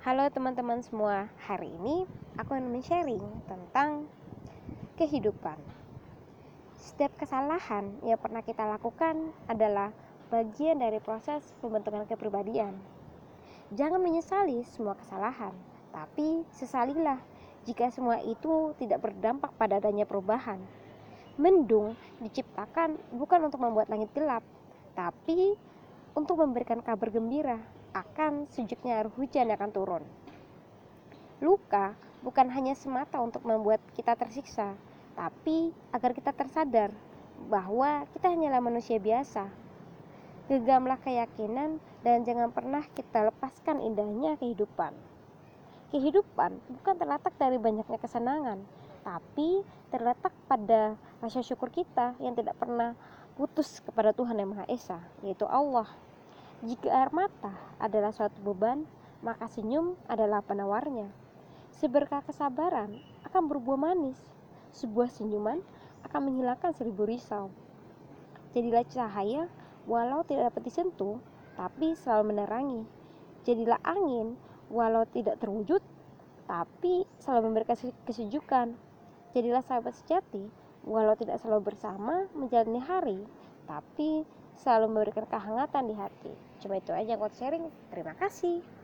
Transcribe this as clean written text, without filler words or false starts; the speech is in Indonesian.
Halo teman-teman semua, hari ini aku akan men-sharing tentang kehidupan. Setiap kesalahan yang pernah kita lakukan adalah bagian dari proses pembentukan kepribadian. Jangan menyesali semua kesalahan, tapi sesalilah jika semua itu tidak berdampak pada adanya perubahan. Mendung diciptakan bukan untuk membuat langit gelap, tapi untuk memberikan kabar gembira akan sejuknya air hujan yang akan turun. Luka bukan hanya semata untuk membuat kita tersiksa, tapi agar kita tersadar bahwa kita hanyalah manusia biasa. Genggamlah keyakinan dan jangan pernah kita lepaskan indahnya kehidupan. Kehidupan bukan terletak dari banyaknya kesenangan, tapi terletak pada rasa syukur kita yang tidak pernah putus kepada Tuhan Yang Maha Esa, yaitu Allah. Jika air mata adalah suatu beban, maka senyum adalah penawarnya. Seberkah kesabaran akan berbuah manis. Sebuah senyuman akan menghilangkan 1000 risau. Jadilah cahaya walau tidak dapat disentuh, tapi selalu menerangi. Jadilah angin walau tidak terwujud, tapi selalu memberikan kesejukan. Jadilah sahabat sejati walau tidak selalu bersama menjalani hari, tapi selalu memberikan kehangatan di hati. Cuma itu aja yang aku sharing. Terima kasih.